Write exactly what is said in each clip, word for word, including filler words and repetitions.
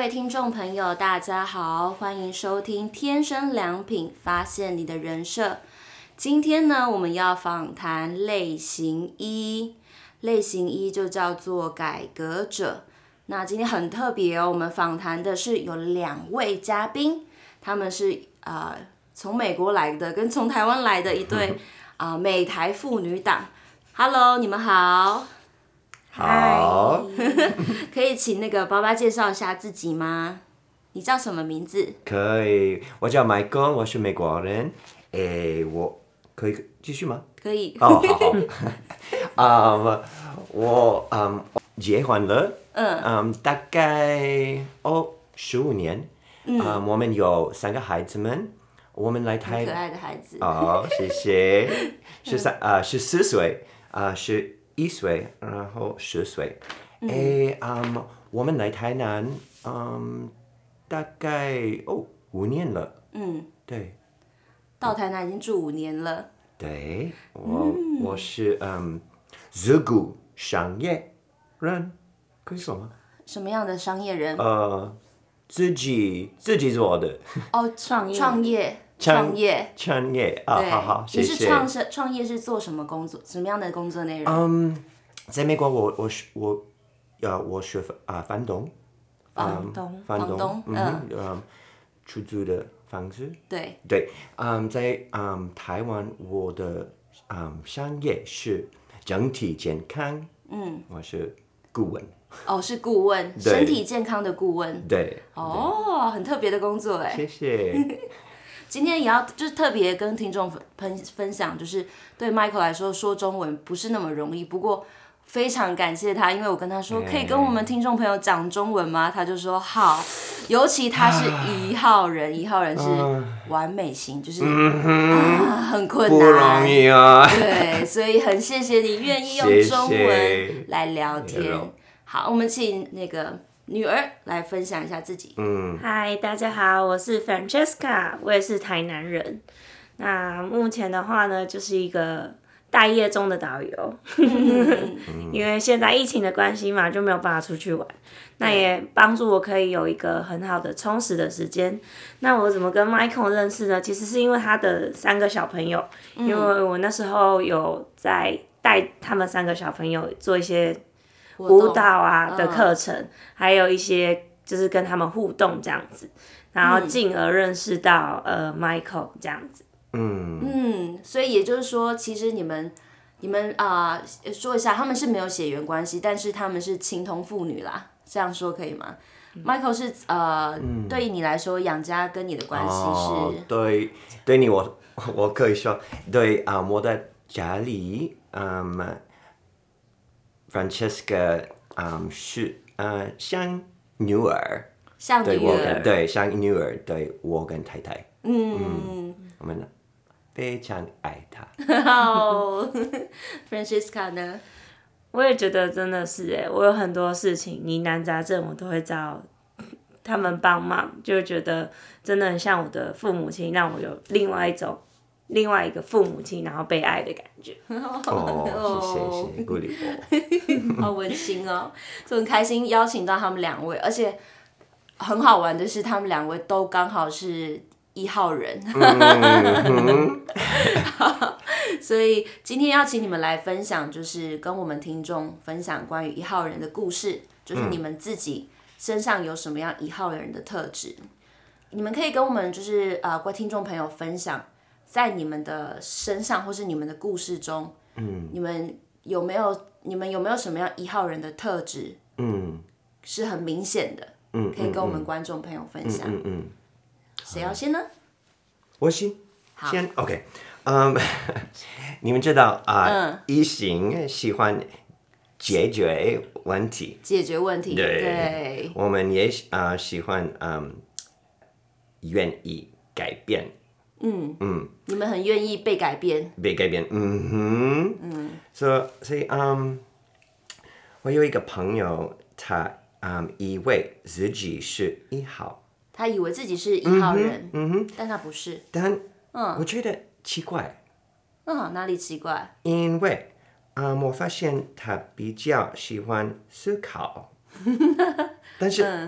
位听众朋友，大家好，欢迎收听《天生良品》，发现你的人设。今天呢，我们要访谈类型一，类型一就叫做改革者。那今天很特别哦，我们访谈的是有两位嘉宾，他们是呃从美国来的，跟从台湾来的一对啊、呃、美台父女档。Hello， 你们好。 好， 可以请那个爸爸介绍一下自己吗？你叫什么名字？ 可以，我叫 Michael， 我是美国人。诶，我可以继续吗？ 可以。 哦，好好。啊、um, 我嗯、um, 结婚了，嗯，嗯，大概哦十五年，嗯、um, 我们有三个孩子们，我们来台， 可爱的孩子。 哦，谢谢，十三啊十四岁啊十。一岁，然后十岁，哎、嗯， um, 我们来台南，嗯，大概哦五年了，嗯，对， 到台南已经住五年了， 对，我、嗯、我是嗯，自雇商业人，可以说吗？ 什么样的商业人？ 呃，自己自己做的。 哦，创业，创业。创业， 创业啊，好好，谢谢。 你是创是创业是做什么工作？什么样的工作内容？ 嗯，在美国我我是我，呃，我学啊房东， 房东， 房东， 嗯，嗯，出租的房子。 对对，嗯，在嗯台湾我的嗯商业是整体健康，嗯，我是顾问。 哦，是顾问，身体健康的顾问。 对。 哦，很特别的工作哎。 谢谢。 今天也要就是特别跟听众分分享，就是对 Michael 来说说中文不是那么容易，不过非常感谢他，因为我跟他说可以跟我们听众朋友讲中文吗？他就说好，尤其他是一号人，一号人是完美型，就是、啊、很困难， 不容易啊。 对，所以很谢谢你愿意用中文来聊天。谢谢好，我们请那个女儿来分享一下自己。 嗯，嗨，大家好，我是 Francesca， 我也是台南人。那目前的话呢，就是一个待业中的导游，因为现在疫情的关系嘛，就没有办法出去玩。那也帮助我可以有一个很好的充实的时间。那我怎么跟 Michael 认识呢？其实是因为他的三个小朋友，因为我那时候有在带他们三个小朋友做一些舞蹈啊的课程、嗯，还有一些就是跟他们互动这样子，然后进而认识到、嗯、呃 Michael 这样子。 嗯嗯，所以也就是说，其实你们你们啊、呃、说一下，他们是没有血缘关系，但是他们是情同父女啦，这样说可以吗、嗯、？Michael 是呃、嗯，对于你来说，养家跟你的关系是？ 哦、对，对你我我可以说，对啊、呃，我的家里，嗯。Francesca， 嗯，是呃像女儿， 像女儿， 对，像女儿，对我跟太太，嗯，嗯我们非常爱她。 哦，Francesca 呢？ 我也觉得真的是哎，我有很多事情疑难杂症，我都会找他们帮忙，就觉得真的很像我的父母亲，让我有另外一种。另外一个父母亲，然后被爱的感觉。 哦，谢谢，鼓励我。 好温馨哦，就很开心邀请到他们两位，而且很好玩的是，他们两位都刚好是一号人。嗯、所以今天要请你们来分享，就是跟我们听众分享关于一号人的故事，就是你们自己身上有什么样一号人的特质，你们可以跟我们就是呃各位听众朋友分享。在你们的身上，或是你们的故事中，嗯，你们有没有你们有没有什么样一号人的特质，嗯，是很明显的，嗯，可以跟我们观众朋友分享。嗯嗯，谁、嗯、要先呢？ 我先，先 OK， 嗯、um, ，你们知道啊，嗯、异性喜欢解决问题， 解决问题，对， 对我们也啊、呃、喜欢嗯，愿意改变。 嗯嗯，你们很愿意被改变， 被改变，嗯哼，嗯，所以所以嗯，我有一个朋友，他嗯以为自己是一号， 他以为自己是一号人，嗯哼，但他不是， 但嗯，我觉得奇怪， 嗯，哪里奇怪？ 因为嗯，我发现他比较喜欢思考，但是。嗯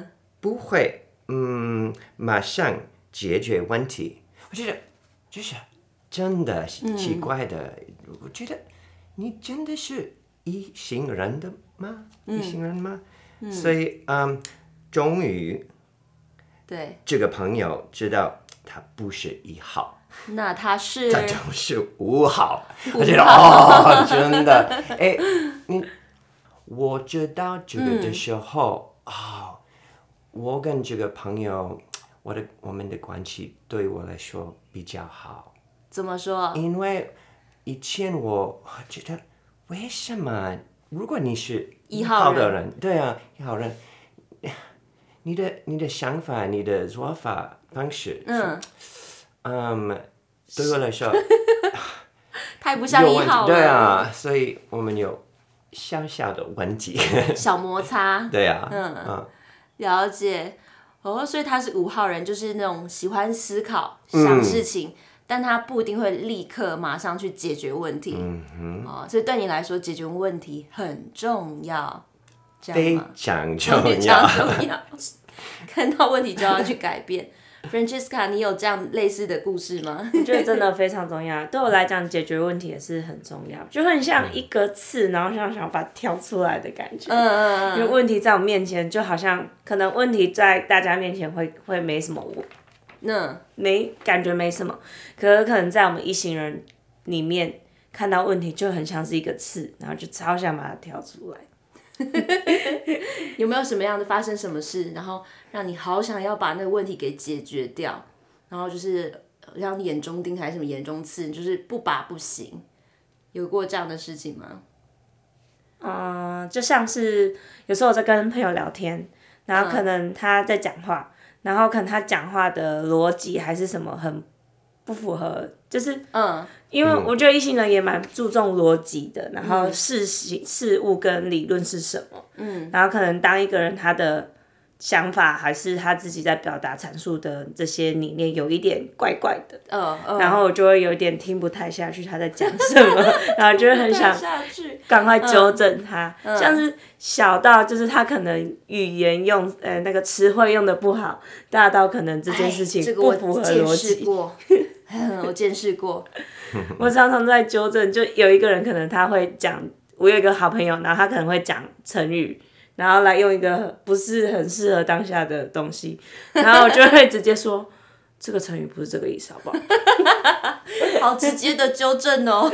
不会嗯马上解决问题。我觉得就是真的奇怪的，嗯、我觉得你真的是一行人的吗？嗯、一行人吗？嗯、所以嗯，终于对这个朋友知道他不是一号。 那他是， 他就是五号，我觉得哦，真的，哎，你，我知道这个的时候，啊、嗯哦，我跟这个朋友，我的我们的关系对我来说比较好。 怎么说？ 因为以前我觉得，为什么如果你是一号的人，对啊，一号人，你的你的想法，你的做法方式，嗯。嗯，对我来说， 太不像一号了。 对啊，所以我们有小小的问题， 小摩擦。 对啊， 嗯，嗯了解。哦，所以他是五号人，就是那种喜欢思考、想事情，嗯、但他不一定会立刻马上去解决问题。嗯哼。哦，所以对你来说，解决问题很重要，这样吗？ 非常重要。 非常重要。看到问题就要去改变。Francesca， 你有这样类似的故事吗？ 我觉得真的非常重要，对我来讲，解决问题也是很重要，就很像一个刺，然后像想把它挑出来的感觉。嗯嗯嗯。因为问题在我面前，就好像可能问题在大家面前会会没什么，嗯，没感觉没什么，可是可能在我们一行人里面看到问题，就很像是一个刺，然后就超想把它挑出来。 有没有什么样的发生什么事，然后让你好想要把那个问题给解决掉，然后就是让你眼中钉还是什么眼中刺，就是不拔不行，有过这样的事情吗？ 嗯，就像是有时候我在跟朋友聊天，然后可能他在讲话，嗯、然后可能他讲话的逻辑还是什么很不符合，就是嗯。因为我觉得异性人也蛮注重逻辑的，然后事情、事物跟理论是什么，嗯，然后可能当一个人他的想法还是他自己在表达阐述的这些理念有一点怪怪的，嗯嗯，然后我就会有点听不太下去他在讲什么，然后就会很想赶快纠正他，嗯、像是小到就是他可能语言用呃那个词汇用的不好，大到可能这件事情不符合逻辑。 我见识过， 我常常在纠正，就有一个人可能他会讲，我有一个好朋友，然后他可能会讲成语，然后来用一个不是很适合当下的东西，然后我就会直接说这个成语不是这个意思，好不好？ 好直接的纠正哦，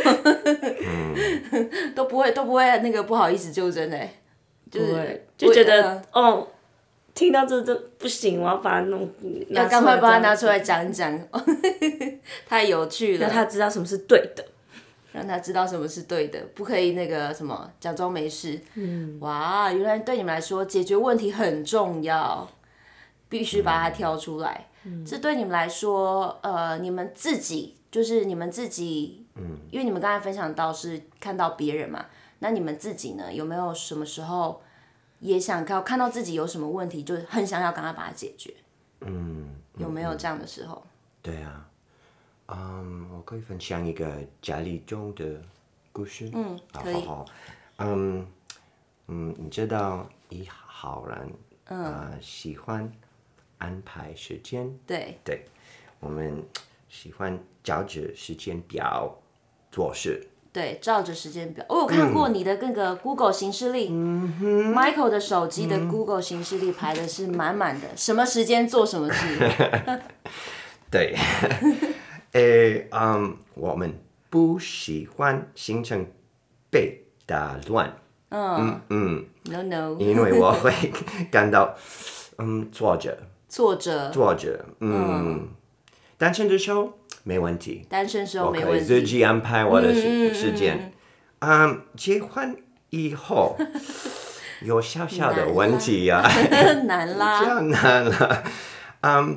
都不会都不会那个不好意思纠正哎， 就是就觉得哦。听到这这不行，我要把它弄， 要赶快把它拿出来讲一讲，太有趣了。 让他知道什么是对的， 让他知道什么是对的，不可以那个什么假装没事。嗯，哇，原来对你们来说解决问题很重要，必须把它挑出来。嗯，这对你们来说，呃，你们自己就是你们自己，嗯，因为你们刚才分享到是看到别人嘛，那你们自己呢，有没有什么时候？也想看看到自己有什么问题，就很想要赶快把它解决。嗯，有没有这样的时候？ 对啊，嗯，我可以分享一个家里中的故事。 嗯，可以。好好嗯嗯，你知道一号人，嗯、呃，喜欢安排时间。 对对，我们喜欢照着时间表做事。 对，照着时间表，我有看过你的那个 Google 行事历、嗯、，Michael 的手机的 Google 行事历排的是满满的，什么时间做什么事。 对，诶，嗯，我们不喜欢行程被打乱。 嗯嗯 ，No No， 因为我会感到嗯挫折， 挫折， 挫折，嗯，嗯单身的时候。没问题， 单身时候没问题， 我可以自己安排我的时时间。嗯， um, 结婚以后有小小的问题呀、啊， 难啦， 这样难了。嗯、um, ，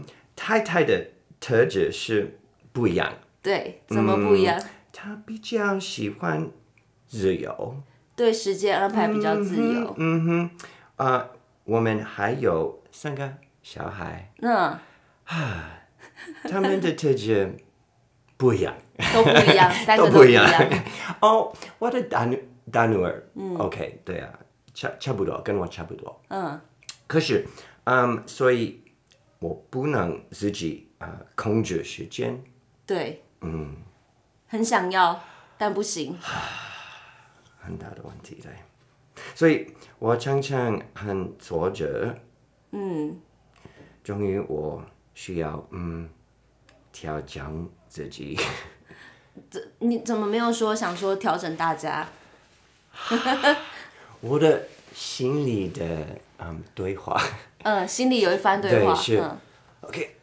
太太的特质是不一样。 对，怎么不一样？嗯、 她比较喜欢自由， 对时间安排比较自由。 嗯哼，啊、uh, ，我们还有三个小孩。 嗯， 啊，他们的特质。不一样， 都不一样，三个都不一样。 哦，我的大女大女儿、嗯、，OK， 对啊，差差不多，跟我差不多。嗯。可是， 嗯，所以我不能自己啊、呃、控制时间。 对，嗯，很想要，但不行。 很大的问题，对。所以我常常很挫折。嗯。终于我需要嗯调整自己。 你怎么没有说想说调整大家？ 我的心里的嗯对话。 嗯，心里有一番对话。 对，是。 嗯、 OK，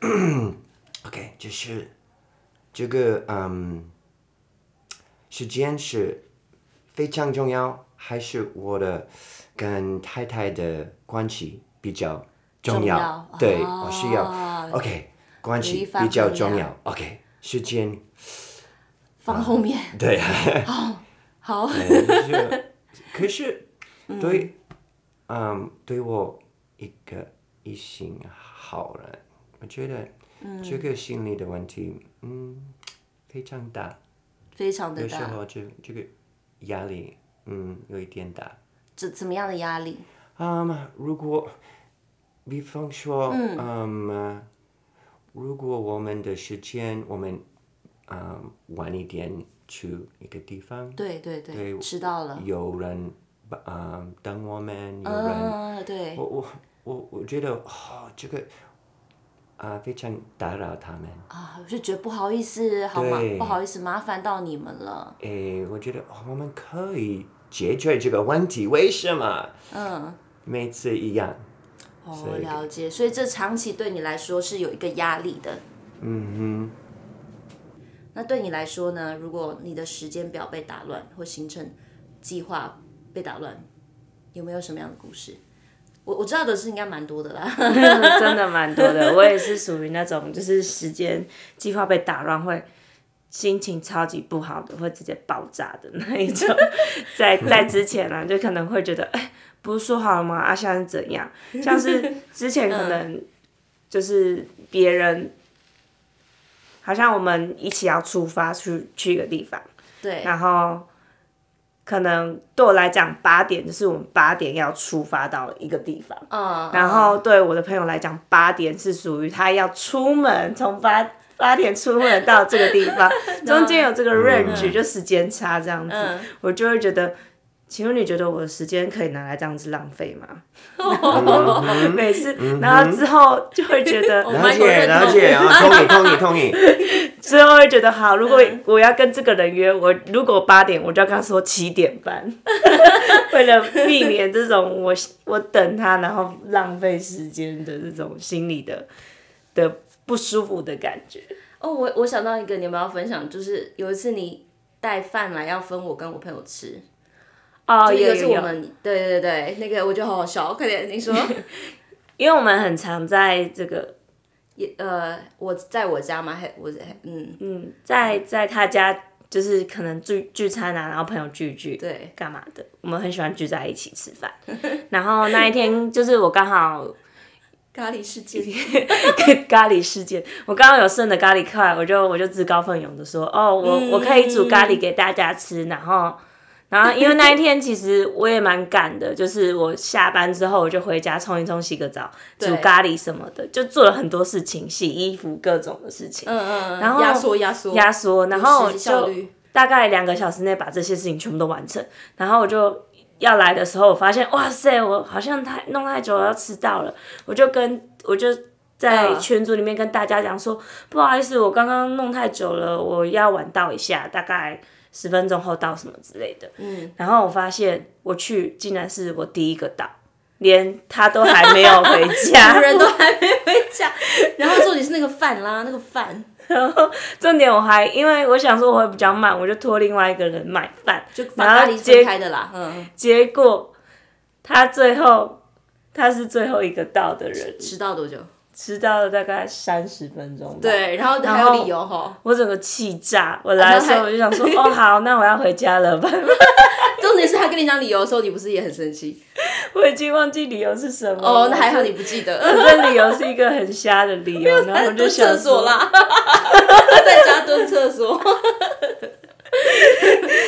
OK， 就是这个嗯时间是非常重要，还是我的跟太太的关系比较重要？ 重要对， 哦、 我需要 OK 关系比较重要。OK， 时间放后面。 啊、对。 好，好。 就是可是对，嗯, 嗯，对我一个异性好人，我觉得这个心理的问题，嗯，非常大， 非常的大。 有时候这这个压力，嗯，有一点大。 怎怎么样的压力？ 嗯，如果，比方说，嗯，嗯如果我们的时间，我们，嗯，晚一点去一个地方， 对对对，对迟到了， 有人，嗯，等我们，有人， 呃、对， 我我我我觉得，哦，这个。啊，非常打扰他们啊，我就觉得不好意思，好吗？不好意思，麻烦到你们了。 诶，我觉得我们可以解决这个问题，为什么？嗯，每次一样。 哦，了解，所以这长期对你来说是有一个压力的。嗯哼。那对你来说呢？如果你的时间表被打乱，或行程计划被打乱，有没有什么样的故事？我我知道的是应该蛮多的啦， 真的蛮多的。我也是属于那种就是时间计划被打乱会心情超级不好的，会直接爆炸的那一种。在在之前啊，就可能会觉得，哎，不是说好了吗？啊，现在是怎样？像是之前可能就是别人，好像我们一起要出发去去一个地方， 对， 然后。可能对我来讲，八点就是我们八点要出发到一个地方。嗯。然后对我的朋友来讲，八点是属于他要出门，从八八点出门到这个地方，中间有这个 range，、嗯、就时间差这样子，嗯、我就会觉得，请问你觉得我的时间可以拿来这样子浪费吗？嗯、每次，嗯、然后之后就会觉得， 了解了解啊，同意同意同意。 之后会觉得好，如果我要跟这个人约，我如果八点，我就要跟他说七点半，为了避免这种我我等他然后浪费时间的这种心理的的不舒服的感觉。 哦，我我想到一个，你有没有要分享？就是有一次你带饭来要分我跟我朋友吃。 哦， 有一次我们对对对，那个我觉得好好笑，快点你说。 因为我们很常在这个。 也呃，我在我家嘛，还我嗯嗯，在在他家就是可能聚聚餐啊，然后朋友聚聚， 对， 干嘛的？我们很喜欢聚在一起吃饭。然后那一天就是我刚好咖喱事件， 咖喱事件，我刚刚有剩的咖喱块，我就我就自告奋勇的说，哦，我、嗯、我可以煮咖喱给大家吃，然后。然后，因为那一天其实我也蛮赶的，就是我下班之后我就回家冲一冲、洗个澡、煮咖喱什么的，就做了很多事情，洗衣服各种的事情。 嗯嗯然后压缩压缩压缩，然后就大概两个小时内把这些事情全部都完成。然后我就要来的时候，我发现哇塞，我好像太弄太久了，要迟到了。我就跟我就在群组里面跟大家讲说，嗯、不好意思，我刚刚弄太久了，我要晚到一下，大概。十分钟后到什么之类的，嗯，然后我发现我去竟然是我第一个到，连他都还没有回家， 人都还没回家，然后重点是那个饭啦，那个饭， 然后重点我还因为我想说我会比较慢，我就托另外一个人买饭， 就把咖喱分开的啦，嗯， 结果他最后他是最后一个到的人， 迟到多久？ 迟到了大概三十分钟吧。 对，然后还有理由哈。 我整个气炸，我来的时候我就想说，哦好，那我要回家了吧。 重点是他跟你讲理由的时候，你不是也很生气？ 我已经忘记理由是什么。 哦，那还好你不记得。 反正理由是一个很瞎的理由，然后我就想蹲厕所啦，在家蹲厕所。哦，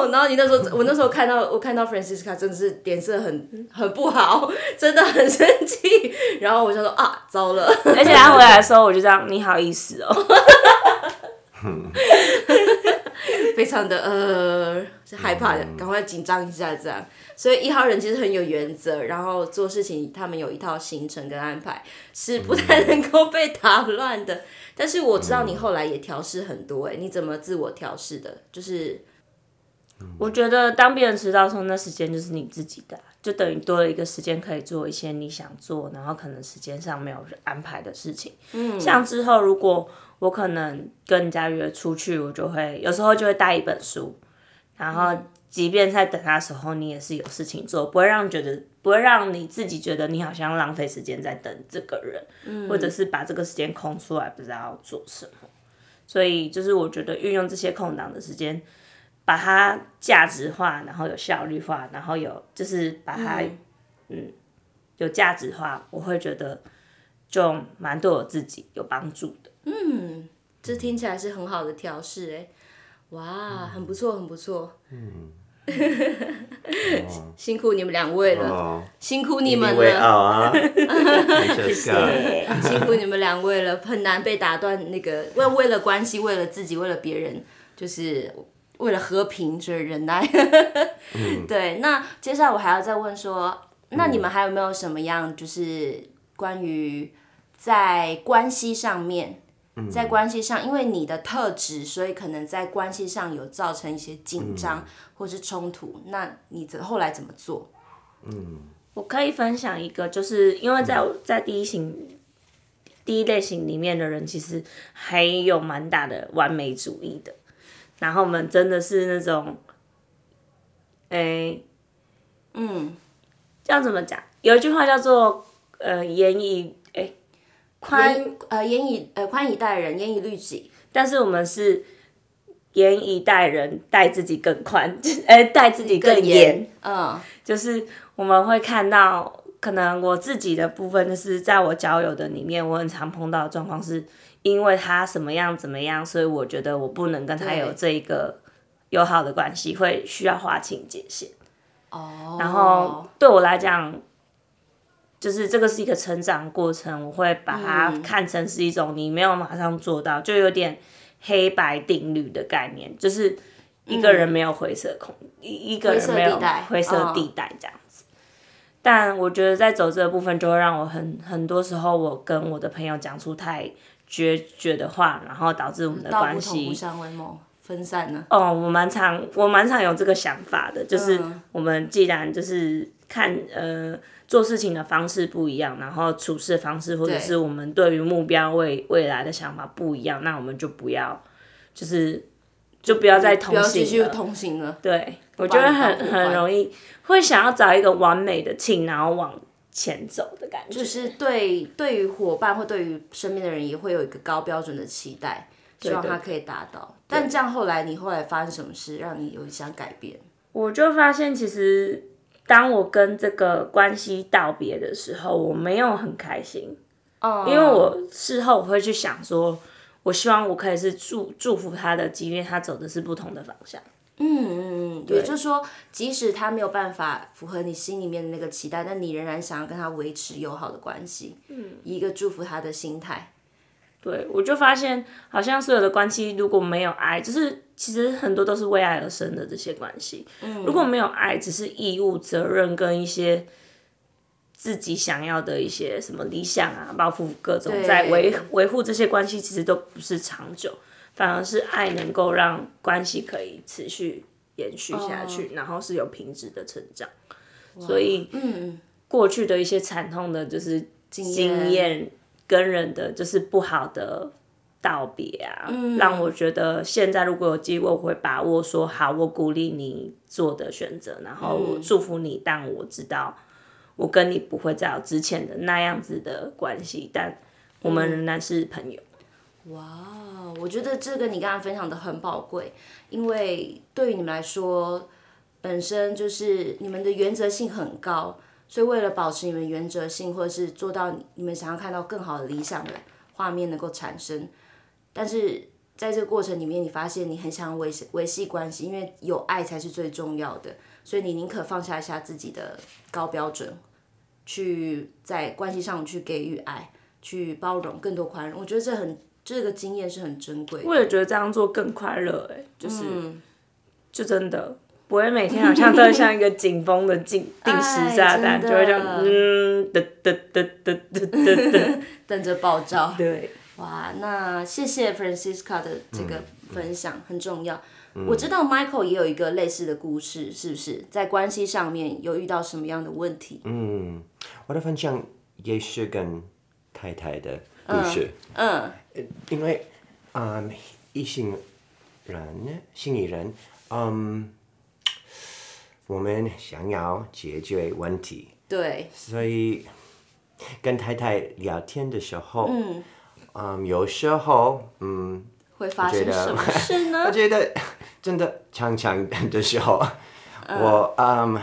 后然后你那时候我那时候看到我看到 Francisca 真的是脸色很很不好，真的很生气，然后我就说啊糟了， 而且他回来的时候我就这样，你好意思哦。 非常的呃害怕，赶快紧张一下这样。所以一号人其实很有原则，然后做事情他们有一套行程跟安排，是不太能够被打乱的。但是我知道你后来也调试很多、欸，哎，你怎么自我调试的？就是我觉得当别人迟到的时候，那时间就是你自己的，就等于多了一个时间可以做一些你想做，然后可能时间上没有安排的事情。嗯，像之后如果我可能跟人家约出去，我就会有时候就会带一本书，然后即便在等他的时候，你也是有事情做，不会让觉得不会让你自己觉得你好像浪费时间在等这个人，嗯、或者是把这个时间空出来不知道要做什么。所以就是我觉得运用这些空档的时间，把它价值化，然后有效率化，然后有就是把它嗯, 嗯有价值化，我会觉得就蛮对我自己有帮助的。 嗯，这听起来是很好的调试哎，哇，很不错，很不错。嗯。辛苦你们两位了，哦、辛苦你们了。 啊、 谢谢，辛苦你们两位了，很难被打断。那个为为了关系，为了自己，为了别人，就是为了和平，所以忍耐。嗯、对，那接下来我还要再问说，那你们还有没有什么样，就是关于在关系上面？在关系上，因为你的特质，所以可能在关系上有造成一些紧张、嗯、或是冲突。那你后来怎么做？ 嗯，我可以分享一个，就是因为在在第一型、第一类型里面的人，其实还有蛮大的完美主义的。然后我们真的是那种，哎、欸，嗯，这样怎么讲？有一句话叫做“呃，严以”。 宽呃严以呃宽以待人，严以律己。 但是我们是严以待人，待自己更宽，呃，待自己更严。嗯，就是我们会看到，可能我自己的部分，就是在我交友的里面，我很常碰到的状况是，因为他什么样怎么样，所以我觉得我不能跟他有这一个友好的关系，会需要划清界限。哦。然后对我来讲。就是这个是一个成长过程，我会把它看成是一种你没有马上做到，就有点黑白定律的概念，就是一个人没有灰色空，一、嗯、一个人没有灰色地带这样子。哦、但我觉得在走这个部分，就会让我很很多时候，我跟我的朋友讲出太决绝的话，然后导致我们的关系道不同不相为谋，分散了。 哦，我蛮常我蛮常有这个想法的，就是我们既然就是看呃。做事情的方式不一样，然后处事的方式，或者是我们对于目标未未来的想法不一样，那我们就不要，就是就不要再同行了，不要继续同行了。 对，我觉得很很容易会想要找一个完美的 team， 然后往前走的感觉。 就是对对于伙伴或对于身边的人也会有一个高标准的期待，希望他可以达到。但这样后来你后来发生什么事，让你有想改变？ 我就发现其实。当我跟这个关系道别的时候，我没有很开心，哦、因为我事后我会去想说，我希望我可以是祝祝福他的，即便他走的是不同的方向。 嗯嗯嗯，也就是说，即使他没有办法符合你心里面的那个期待，但你仍然想要跟他维持友好的关系，嗯，以一个祝福他的心态。 对，我就发现好像所有的关系如果没有爱，就是其实很多都是为爱而生的这些关系。嗯，如果没有爱，只是义务、责任跟一些自己想要的一些什么理想啊、抱负各种，在维维护这些关系，其实都不是长久，反而是爱能够让关系可以持续延续下去，哦、然后是有品质的成长。所以，嗯，过去的一些惨痛的，就是经验。跟人的就是不好的道别啊，嗯、让我觉得现在如果有机会，我会把握说好，我鼓励你做的选择，然后我祝福你，嗯、但我知道我跟你不会再有之前的那样子的关系，但我们仍然是朋友。 哇，我觉得这个你刚刚分享的很宝贵，因为对于你们来说，本身就是你们的原则性很高。所以为了保持你们原则性，或者是做到你们想要看到更好的理想的画面能够产生，但是在这个过程里面，你发现你很想维维系关系，因为有爱才是最重要的，所以你宁可放下一下自己的高标准，去在关系上去给予爱，去包容更多宽容。我觉得这很这个经验是很珍贵的。 我也觉得这样做更快乐哎，就是、 嗯、 就真的不会每天好像都像一个紧绷的定定时炸弹，就会这样嗯噔噔噔噔噔噔噔等着爆炸。 对。 哇，那谢谢 Francisca 的这个分享，嗯、很重要。嗯、我知道 Michael 也有一个类似的故事，是不是？在关系上面有遇到什么样的问题？ 嗯，我的分享也是跟太太的故事。 嗯。 嗯因为，嗯，异性人、心理人，嗯，我们想要解决问题。 对。 所以，跟太太聊天的时候，嗯。嗯，有时候，嗯， 会发生什么事呢？ 我觉得真的常常的时候，嗯、我嗯，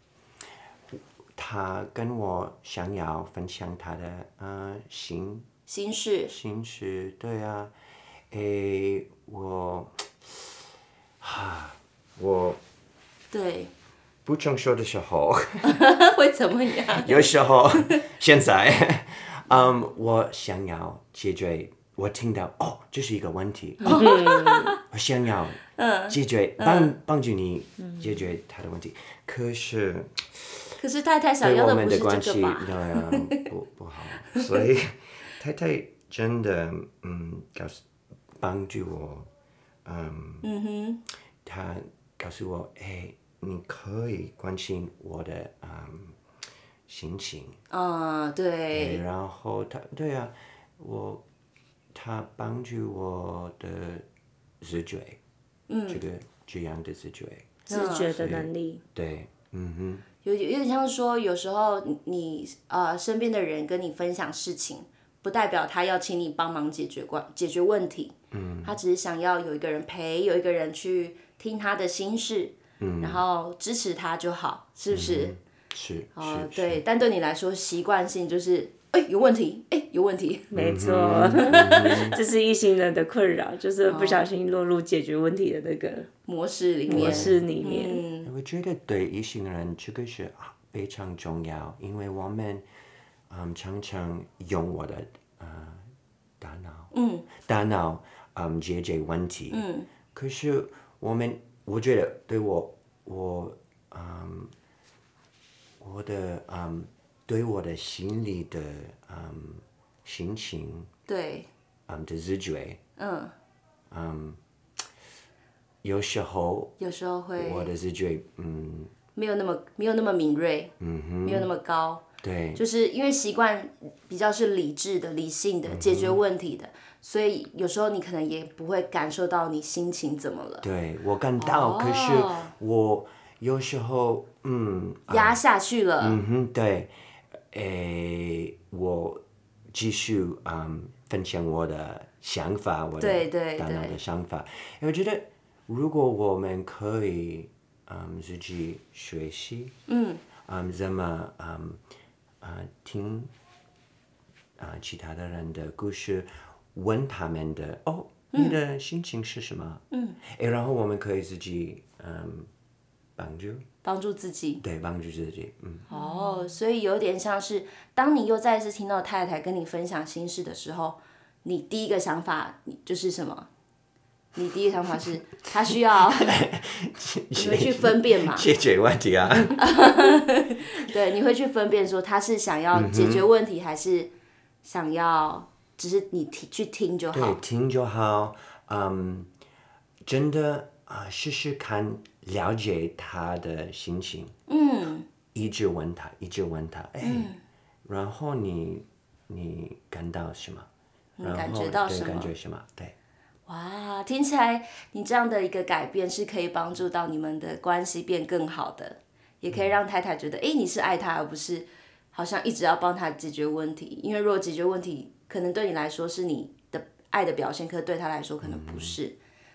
他跟我想要分享他的呃心心事， 心事，对啊，诶，我，啊，我， 对， 不成熟的时候， 会怎么样？ 有时候，现在。嗯， um, 我想要解决，我听到哦，这是一个问题，哦、我想要解决，帮、嗯、帮助你解决他的问题，可是， 可是太太想要的不是这个吧？ 对我们的关系，对啊，不不好，所以太太真的嗯，告诉帮助我，嗯，嗯哼，他告诉我，哎，你可以关心我的嗯。心情， 嗯，对。 然后他，对啊，我，他帮助我的自觉，嗯，这个这样的自觉， 自觉的能力， 对，嗯哼， 有有点像说，有时候你呃身边的人跟你分享事情，不代表他要请你帮忙解决关解决问题，嗯，他只是想要有一个人陪，有一个人去听他的心事，嗯，然后支持他就好，是不是？嗯是哦， 是对，但对你来说，习惯性就是哎有问题，哎有问题， 没错，这是异性人的困扰，就是不小心落入解决问题的那个模式里面。 模式里面， 嗯、我觉得对异性人这个是非常重要，因为我们嗯常常用我的呃大脑，嗯，大脑嗯解决问题，嗯，可是我们我觉得对我我嗯。我的嗯，对我的心里的嗯心情， 对， 嗯的自觉， 嗯， 嗯，有时候， 有时候会， 我的自觉嗯， 没有那么没有那么敏锐，嗯哼，没有那么高， 对， 就是因为习惯比较是理智的、理性的、嗯、解决问题的，所以有时候你可能也不会感受到你心情怎么了。 对，我感到，哦、可是我。有时候，嗯， 压下去了。 嗯哼，对，诶，我继续嗯分享我的想法，我的大脑的想法。我觉得，如果我们可以嗯自己学习，嗯，嗯怎么嗯啊、呃、听啊、呃、其他的人的故事，问他们的哦，你的心情是什么？嗯，诶，然后我们可以自己嗯。帮助帮助自己， 对，帮助自己，嗯。 哦，所以有点像是，当你又再一次听到太太跟你分享心事的时候，你第一个想法就是什么？你第一个想法是，他需要，你会去分辨嘛？ 解决问题啊。 对，你会去分辨说他是想要解决问题，还是想要只是你听去听就好？ 对，听就好。嗯，真的啊，试试看。了解他的心情，嗯，一直问他，一直问他，哎、嗯，然后你你感到什么？ 你感觉到什么？ 对，感觉什么？对。 哇，听起来你这样的一个改变是可以帮助到你们的关系变更好的，也可以让太太觉得，哎、嗯，你是爱他，而不是好像一直要帮他解决问题。因为如果解决问题，可能对你来说是你的爱的表现，可是对他来说可能不是。嗯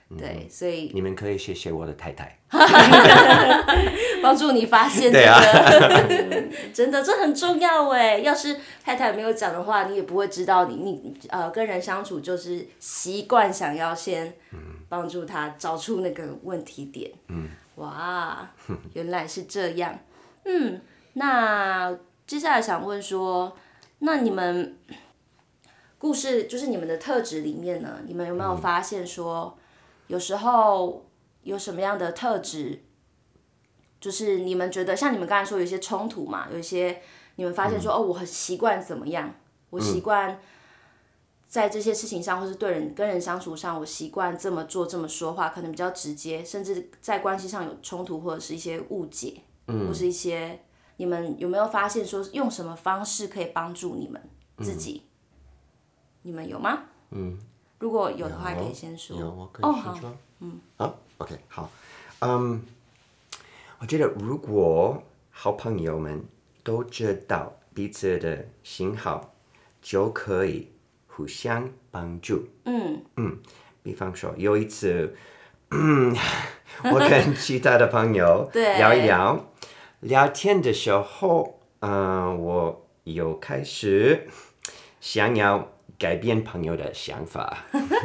对，所以你们可以谢谢我的太太， 帮助你发现这个， 啊、 真的这很重要哎。要是太太没有讲的话，你也不会知道你你呃跟人相处就是习惯想要先帮助他找出那个问题点。嗯，哇，原来是这样。嗯，那接下来想问说，那你们故事就是你们的特质里面呢，你们有没有发现说，有时候有什么样的特质？就是你们觉得像你们刚才说有一些冲突嘛，有一些你们发现说、嗯、哦，我很习惯怎么样，我习惯在这些事情上，或是对人跟人相处上，我习惯这么做这么说话，可能比较直接，甚至在关系上有冲突或者是一些误解，嗯，或是一些你们有没有发现说用什么方式可以帮助你们自己？嗯、你们有吗？嗯，如果有的话，可以先说。 有，我可以先说。哦、好，嗯，好 ，OK， 好，嗯。我觉得，如果好朋友们都知道彼此的喜好，就可以互相帮助。嗯嗯，比方说有一次，嗯、我跟其他的朋友聊一聊，聊天的时候，嗯、呃，我又开始想要改变朋友的想法。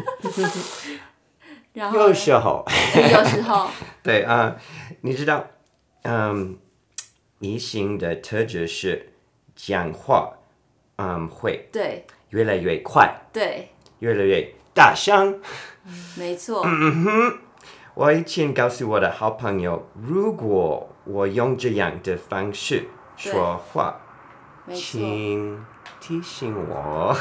然后有时候， 有时候， 对啊、呃，你知道。嗯，异性的特质是讲话，嗯，会对越来越快， 对， 越来越大声。 没错。 嗯哼，我以前告诉我的好朋友，如果我用这样的方式说话，请提醒我。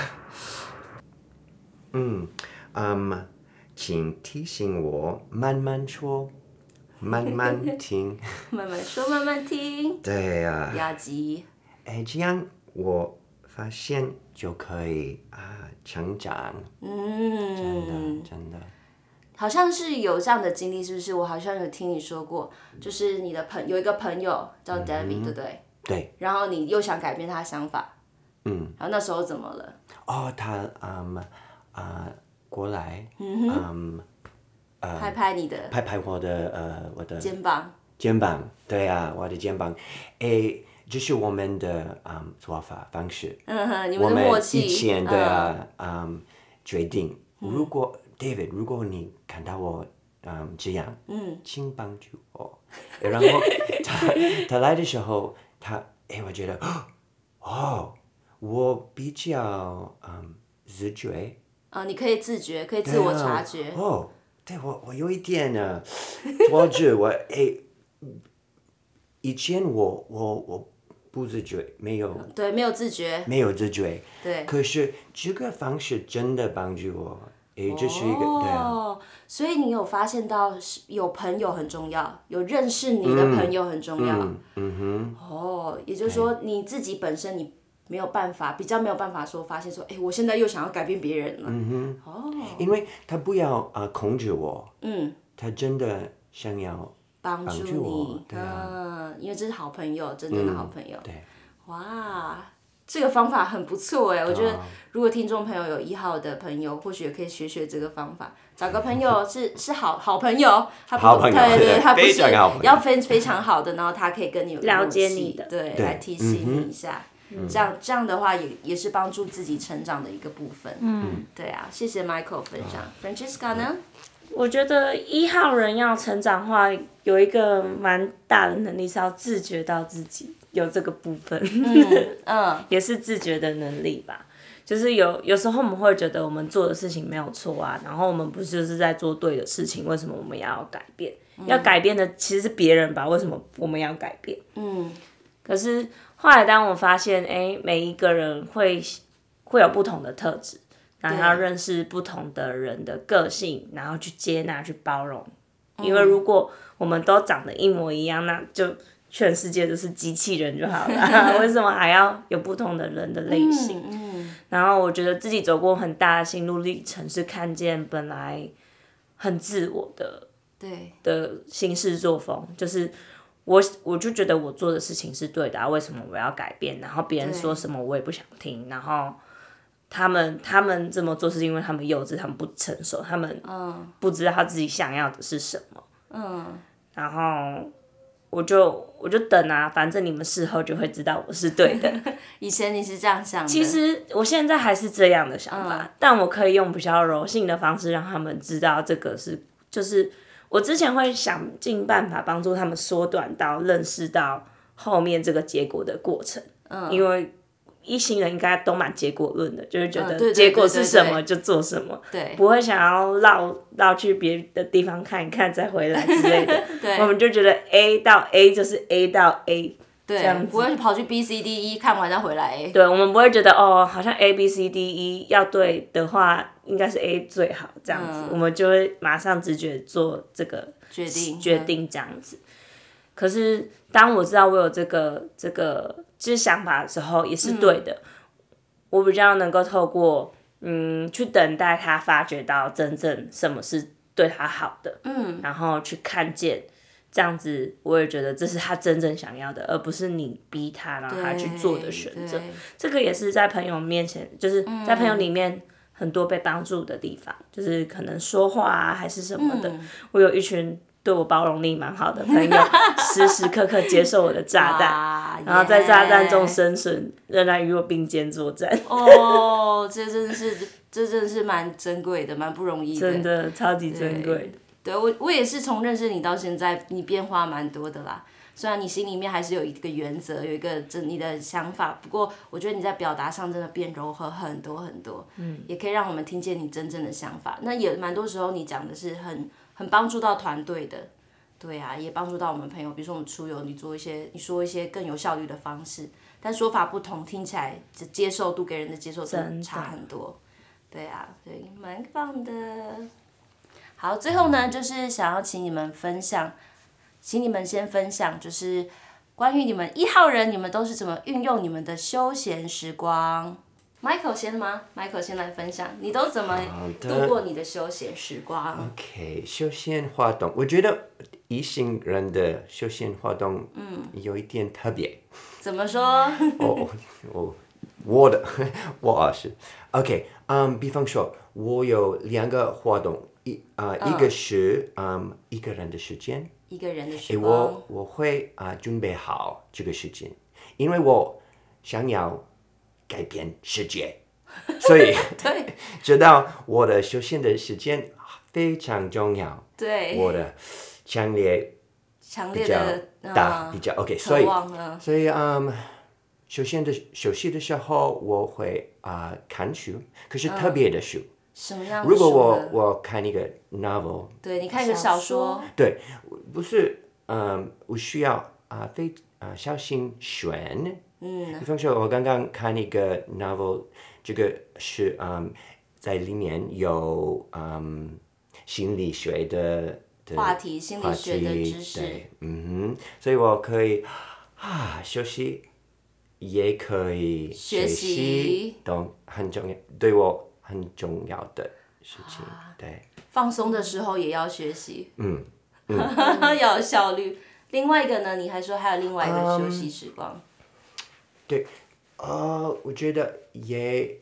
嗯嗯，请提醒我慢慢说。慢慢听， 慢慢说，慢慢听。 对呀、啊。 不要急。 哎，这样我发现就可以啊成长。嗯，真的真的。 好像是有这样的经历，是不是？我好像有听你说过，就是你的朋有一个朋友叫 David，、嗯、对不对？ 对。 然后你又想改变他的想法。嗯。然后那时候怎么了？ 哦，他嗯啊、呃、过来，嗯嗯。 呃、拍拍你的， 拍拍我的呃我的肩膀， 肩膀，对啊，我的肩膀，哎，这是我们的嗯做法方式， 嗯哼，你们的默契， 我们以前对啊，嗯, 嗯决定，如果、嗯、David， 如果你看到我嗯这样，嗯，请帮助我，然后他他来的时候，他哎，我觉得哦，我比较嗯自觉， 啊、呃，你可以自觉，可以自我察觉， 啊、哦。对我，我有一点呢，我觉得我哎，以前我我我不自觉，没有对，没有自觉， 没有自觉， 对。 可是这个方式真的帮助我，哎，这是一个、哦、对啊。 所以你有发现到有朋友很重要，有认识你的朋友很重要，嗯, 嗯哼。哦，也就是说你自己本身你。没有办法，比较没有办法说发现说，哎，我现在又想要改变别人了。嗯哼。哦。因为他不要啊、呃、控制我。嗯。他真的想要帮助你。 对啊。 嗯，因为这是好朋友，真正的好朋友。 嗯、对。 哇，这个方法很不错哎，我觉得如果听众朋友有一号的朋友，或许也可以学学这个方法，找个朋友是是好好朋友，他不好朋友， 对对，他不是要非非常好的，然后他可以跟你有了解你的， 对，来提醒你一下。嗯、这样这样的话也也是帮助自己成长的一个部分。嗯，对啊，谢谢 Michael 分享。Francesca 呢？ 我觉得一号人要成长的话，有一个蛮大的能力是要自觉到自己有这个部分。嗯嗯，也是自觉的能力吧。就是有有时候我们会觉得我们做的事情没有错啊，然后我们不是就是在做对的事情，为什么我们要改变？嗯、要改变的其实是别人吧？为什么我们要改变？嗯，可是。后来，当我发现，哎，每一个人会会有不同的特质，然后要认识不同的人的个性，然后去接纳、去包容。因为如果我们都长得一模一样，那就全世界都是机器人就好了。为什么还要有不同的人的类型？嗯嗯、然后我觉得自己走过很大的心路历程，是看见本来很自我的对的行事作风，就是。我我就觉得我做的事情是对的啊，为什么我要改变？然后别人说什么我也不想听，然后他们他们这么做是因为他们幼稚，他们不成熟，他们不知道他自己想要的是什么。嗯，然后我就我就等啊，反正你们事后就会知道我是对的。 以前你是这样想的， 其实我现在还是这样的想法，嗯、但我可以用比较柔性的方式让他们知道这个是，就是我之前会想尽办法帮助他们缩短到认识到后面这个结果的过程，嗯，因为一行人应该都蛮结果论的，就是觉得结果是什么就做什么， 对， 不会想要绕绕去别的地方看一看再回来之类的。 对， 我们就觉得 A 到 A 就是 A 到 A。 对，这样不会跑去 B C D E 看完再回来 A。 对，我们不会觉得哦，好像 A B C D E 要对的话，应该是 A 最好这样子，嗯、我们就会马上直觉做这个决定决定这样子。嗯、可是当我知道我有这个这个就是想法的时候，也是对的。嗯、我比较能够透过嗯去等待他发觉到真正什么是对他好的，嗯，然后去看见。这样子，我也觉得这是他真正想要的，而不是你逼他，然后他去做的选择。这个也是在朋友面前，就是在朋友里面很多被帮助的地方，嗯、就是可能说话啊，还是什么的。嗯、我有一群对我包容力蛮好的朋友，时时刻刻接受我的炸弹，然后在炸弹中生存，仍然与我并肩作战。 哦，这真的是，这真的是蛮珍贵的，蛮不容易的， 真的超级珍贵的。 对，我我也是从认识你到现在，你变化蛮多的啦。虽然你心里面还是有一个原则，有一个真你的想法，不过我觉得你在表达上真的变柔和很多很多，嗯，也可以让我们听见你真正的想法。那也蛮多时候你讲的是很很帮助到团队的，对啊，也帮助到我们朋友。比如说我们出游，你做一些你说一些更有效率的方式，但说法不同，听起来接受度给人的接受度差很多。对啊，对，蛮棒的。好，最后呢，就是想要请你们分享，请你们先分享，就是关于你们一号人，你们都是怎么运用你们的休闲时光。Michael 先吗 ？Michael 先来分享，你都怎么度过你的休闲时光 ？OK， 休闲活动，我觉得一行人的休闲活动，嗯，有一点特别。 怎么说？ 哦哦，我的我是 OK， 嗯，比方说，我有两个活动。一啊、呃，一个是嗯一个人的时间， 一个人的时光， 我我会啊、呃、准备好这个时间，因为我想要改变世界，所以对， 知道我的休闲的时间非常重要， 对， 我的强烈强烈的大、嗯、比较 OK， 所以所以嗯休闲的休息的时候我会啊、呃、看书，可是特别的书。嗯什么样的如果我我看一个 novel， 对你看一个小说， 对，不是，嗯，我需要啊、呃、非啊、呃、小心选，嗯，比方说我刚刚看一个 novel， 这个是嗯在里面有嗯心理学的的话题，心理学的知识， 对，嗯哼，所以我可以啊休息，也可以学习，都很重要，对我。很重要的事情，啊、对。 放松的时候也要学习， 嗯，嗯要有效率。另外一个呢，你还说还有另外一个休息时光。Um, 对，呃，我觉得也，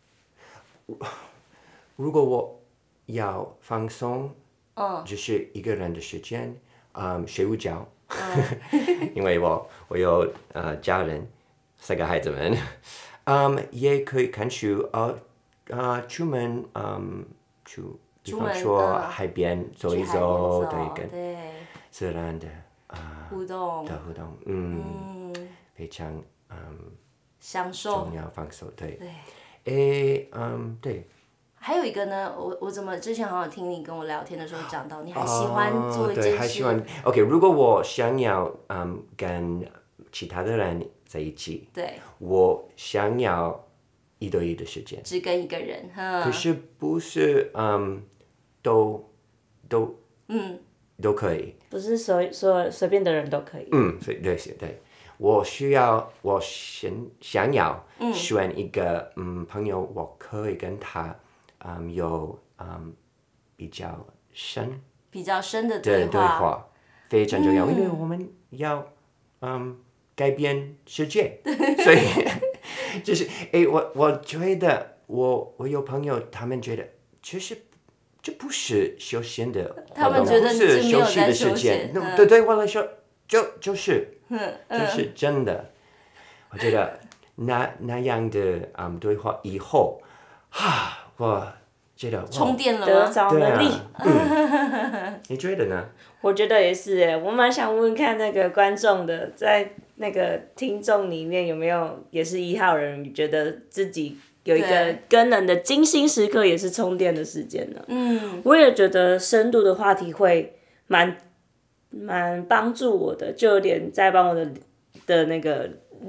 如果我要放松，嗯，就是一个人的时间，嗯，睡午觉，嗯、因为我我有呃家人，三个孩子们，嗯，也可以看书，呃。啊、呃，出门，嗯，去，比方说海边走一走，对，跟自然的啊、 互动的互动，嗯，嗯非常嗯享受， 重要放松，对， 对， 诶，嗯，对。 还有一个呢，我我怎么之前好像听你跟我聊天的时候讲到，你还喜欢做一件事， 哦、对，还喜欢 ，OK， 如果我想要嗯跟其他的人在一起， 对， 我想要。一对一的时间， 只跟一个人， 可是不是嗯，都都嗯都可以， 不是随随随便的人都可以。 嗯，对对对，我需要我想想要选一个 嗯, 嗯朋友，我可以跟他嗯有嗯比较深比较深的对话， 对话非常重要，嗯、因为我们要嗯改变世界，所以。就是诶，我我觉得我我有朋友，他们觉得其实这不是休闲的活动， 他们觉得不是你没有休息的在休时间。 闲嗯对对我来说，就就是嗯就是真的。我觉得那那样的嗯对话以后，哈，我觉得哇充电了得吗？ 着能力。 对啊嗯、你觉得呢？ 我觉得也是诶，我蛮想问问看那个观众的，在那个听众里面有没有也是一号人，觉得自己有一个对跟人的精心时刻，也是充电的时间呢？ 嗯， 我也觉得深度的话题会蛮蛮帮助我的，就有点在帮我的的那个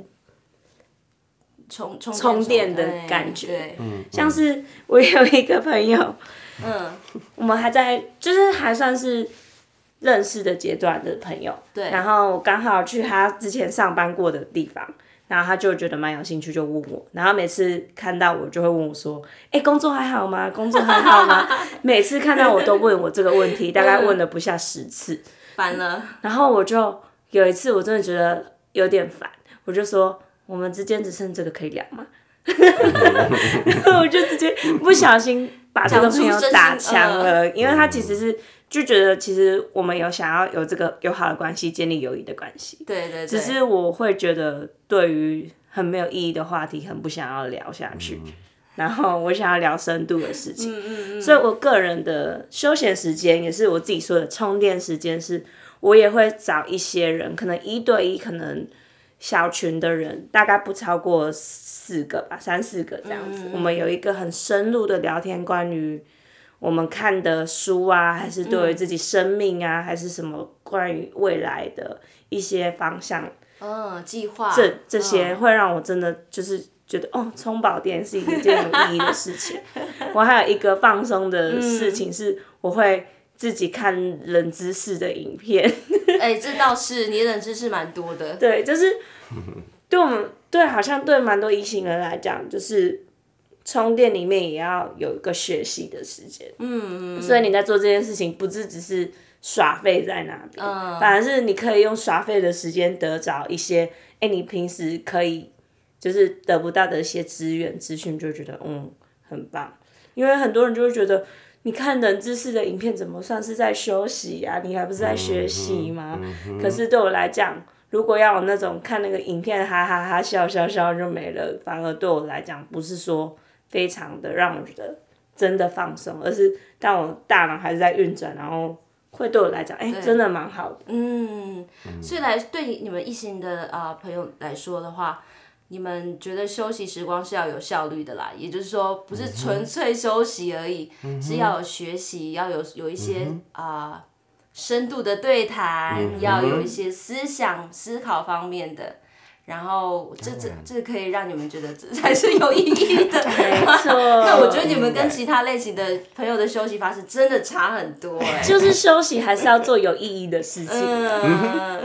充充充电的哎感觉对， 像是我有一个朋友， 嗯， 我们还在就是还算是认识的阶段的朋友， 对然后我刚好去他之前上班过的地方，然后他就觉得蛮有兴趣，就问我，然后每次看到我就会问我说：“哎、工作还好吗？工作还好吗？”每次看到我都问我这个问题，大概问了不下十次， 烦了， 然后我就有一次我真的觉得有点烦，我就说：“我们之间只剩这个可以聊吗？”然后我就直接不小心把这个朋友打枪了，因为他其实是就觉得其实我们有想要有这个友好的关系，建立友谊的关系， 对对对， 只是我会觉得对于很没有意义的话题，很不想要聊下去。然后我想要聊深度的事情， 嗯嗯嗯， 所以我个人的休闲时间也是我自己说的充电时间，是我也会找一些人，可能一对一，可能小群的人，大概不超过四个吧，三四个这样子。我们有一个很深入的聊天，关于我们看的书啊，还是对于自己生命啊，还是什么关于未来的一些方向， 嗯，计划这这些嗯会让我真的就是觉得哦，充饱电是一件有意义的事情。我还有一个放松的事情是，我会自己看冷知识的影片。 哎、这倒是你冷知识蛮多的， 对，就是对我们对好像对蛮多异性人来讲，就是充电里面也要有一个学习的时间。嗯嗯。所以你在做这件事情，不是只是耍废在那边， 嗯反而是你可以用耍废的时间得着一些，哎、你平时可以就是得不到的一些资源资讯，就觉得嗯很棒。因为很多人就会觉得，你看冷知识的影片怎么算是在休息啊？你还不是在学习吗？可是对我来讲，如果要有那种看那个影片哈哈哈笑笑笑就没了，反而对我来讲不是说非常的让我觉得真的放松，而是当我大脑还是在运转，然后会对我来讲，哎、真的蛮好的。 嗯，所以来对你们异性的啊、呃朋友来说的话，你们觉得休息时光是要有效率的啦，也就是说不是纯粹休息而已，是要有学习，要有有一些啊、呃深度的对谈，要有一些思想思考方面的。然后这这这可以让你们觉得这才是有意义的， 没错。 那我觉得你们跟其他类型的朋友的休息方式真的差很多哎、 就是休息还是要做有意义的事情。 嗯，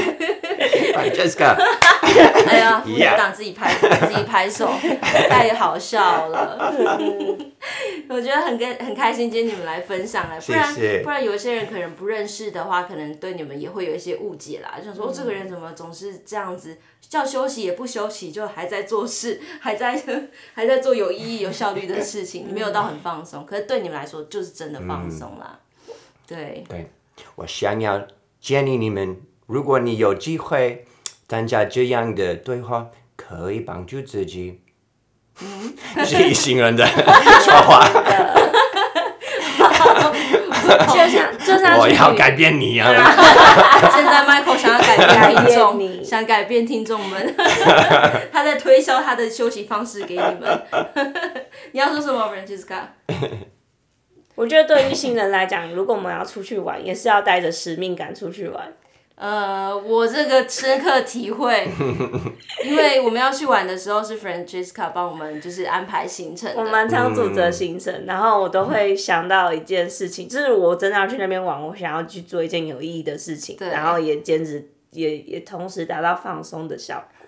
Jessica， 哎呀，副队长自己拍自己拍手，太好笑了。我觉得很跟很开心，今天你们来分享了，不然谢谢不然有一些人可能不认识的话，可能对你们也会有一些误解啦，就想说、哦、这个人怎么总是这样子，叫休息也不休息，就还在做事，还在还在做有意义、有效率的事情，没有到很放松。可是对你们来说，就是真的放松啦。对， 对，我想要建议你们，如果你有机会参加这样的对话，可以帮助自己。是异性人的说话， 就像就像我要改变你啊！ 现在 Michael 想要改变听众， 你想改变听众们，他在推销他的休息方式给你们。你要说什么 ，Francesca？ 我觉得对于新人来讲，如果我们要出去玩，也是要带着使命感出去玩。 呃，我这个深刻体会，因为我们要去玩的时候是 Francesca 帮我们就是安排行程的。 我蛮常组织行程，然后我都会想到一件事情，就是我真的要去那边玩，我想要去做一件有意义的事情，然后也兼职也也同时达到放松的效果。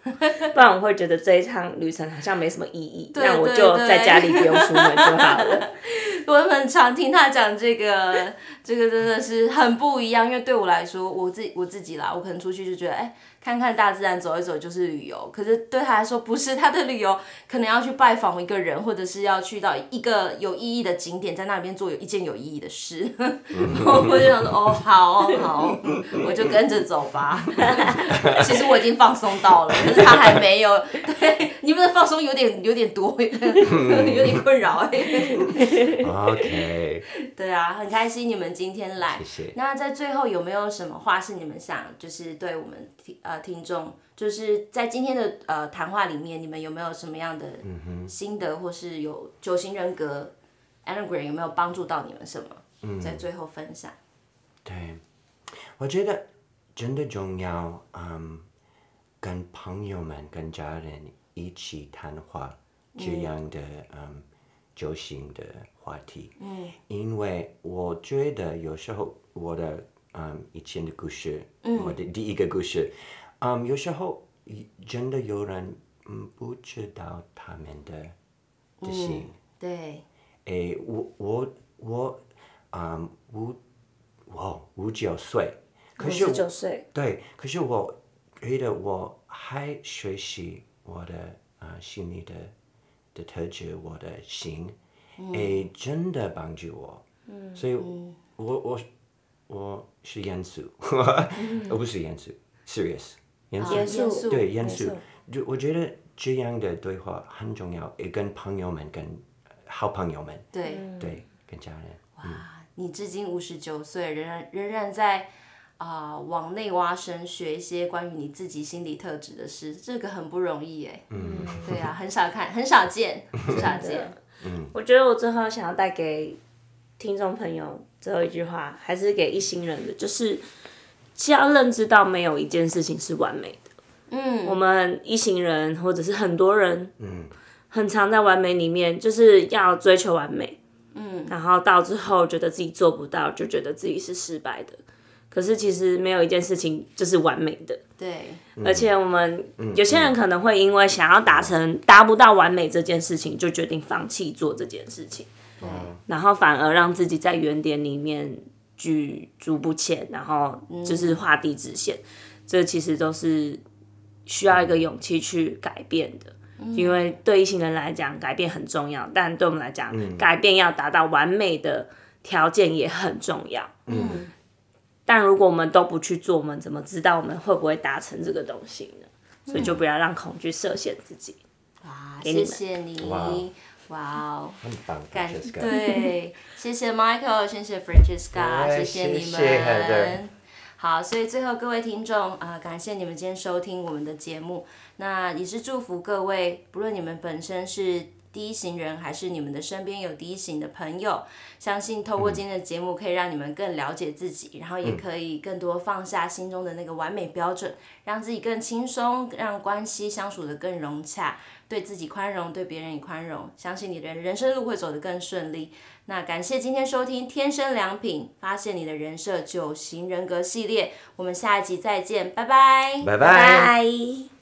不然我会觉得这一趟旅程好像没什么意义， 对那我就在家里不用出门就好了。 我很常听他讲这个，这个真的是很不一样。因为对我来说，我自己我自己啦，我可能出去就觉得，哎、欸，看看大自然，走一走就是旅游。可是对他来说，不是，他的旅游可能要去拜访一个人，或者是要去到一个有意义的景点，在那边做有一件有意义的事。然后我就想说，哦，好好，我就跟着走吧。其实我已经放松到了，可是他还没有。对，你们的放松有点有点多，有点困扰哎、欸。 OK。 对啊，很开心你们今天来。 谢谢。 那在最后有没有什么话是你们想，就是对我们听呃听众，就是在今天的呃谈话里面，你们有没有什么样的心得，或是有九型人格 Enneagram 有没有帮助到你们什么？嗯、在最后分享。 对，我觉得真的重要，嗯，跟朋友们、跟家人一起谈话，这样的嗯。九型的话题，嗯，因为我觉得有时候我的嗯以前的故事，嗯，我的第一个故事，嗯，有时候真的有人嗯不知道他们的的心，嗯、 对， 诶，我我我嗯五我五九岁，可是五十九岁， 对，可是我觉得我还学习我的啊、呃、心理的。的特质，我的心，嗯、诶，真的帮助我，嗯、所以我，我我我是严肃，我不是严肃 ，serious， 严肃， 严肃， 对，严肃，就我觉得这样的对话很重要，也跟朋友们、跟好朋友们， 对， 对，跟家人。 哇，嗯、你至今五十九岁，仍然仍然在。啊、呃，往内挖深，学一些关于你自己心理特质的事，这个很不容易耶。嗯，对啊，很少看，很少见，很少见。 嗯，我觉得我最后想要带给听众朋友最后一句话，还是给一行人的，就是是要认知到没有一件事情是完美的。嗯，我们一行人或者是很多人，嗯，很常在完美里面，就是要追求完美。嗯，然后到之后觉得自己做不到，就觉得自己是失败的。可是其实没有一件事情就是完美的， 对。 而且我们、嗯、有些人可能会因为想要达成达不到完美这件事情，就决定放弃做这件事情， 对。 然后反而让自己在原点里面举足不前，然后就是画地自限。嗯、这其实都是需要一个勇气去改变的，嗯、因为对一行人来讲，改变很重要，但对我们来讲，嗯、改变要达到完美的条件也很重要。嗯。但如果我们都不去做，我们怎么知道我们会不会达成这个东西呢？所以就不要让恐惧设限自己。 哇，谢谢你，哇哦， 很棒， 感对，谢谢 Michael， 谢谢 Francesca， 谢谢你们。谢谢好，所以最后各位听众啊、呃，感谢你们今天收听我们的节目。那也是祝福各位，不论你们本身是第一型人，还是你们的身边有第一型的朋友，相信透过今天的节目可以让你们更了解自己，然后也可以更多放下心中的那个完美标准，让自己更轻松，让关系相处得更融洽，对自己宽容，对别人也宽容，相信你的人生路会走得更顺利。那感谢今天收听天生良品，发现你的人设九型人格系列，我们下一集再见，拜拜， 拜拜。 拜拜。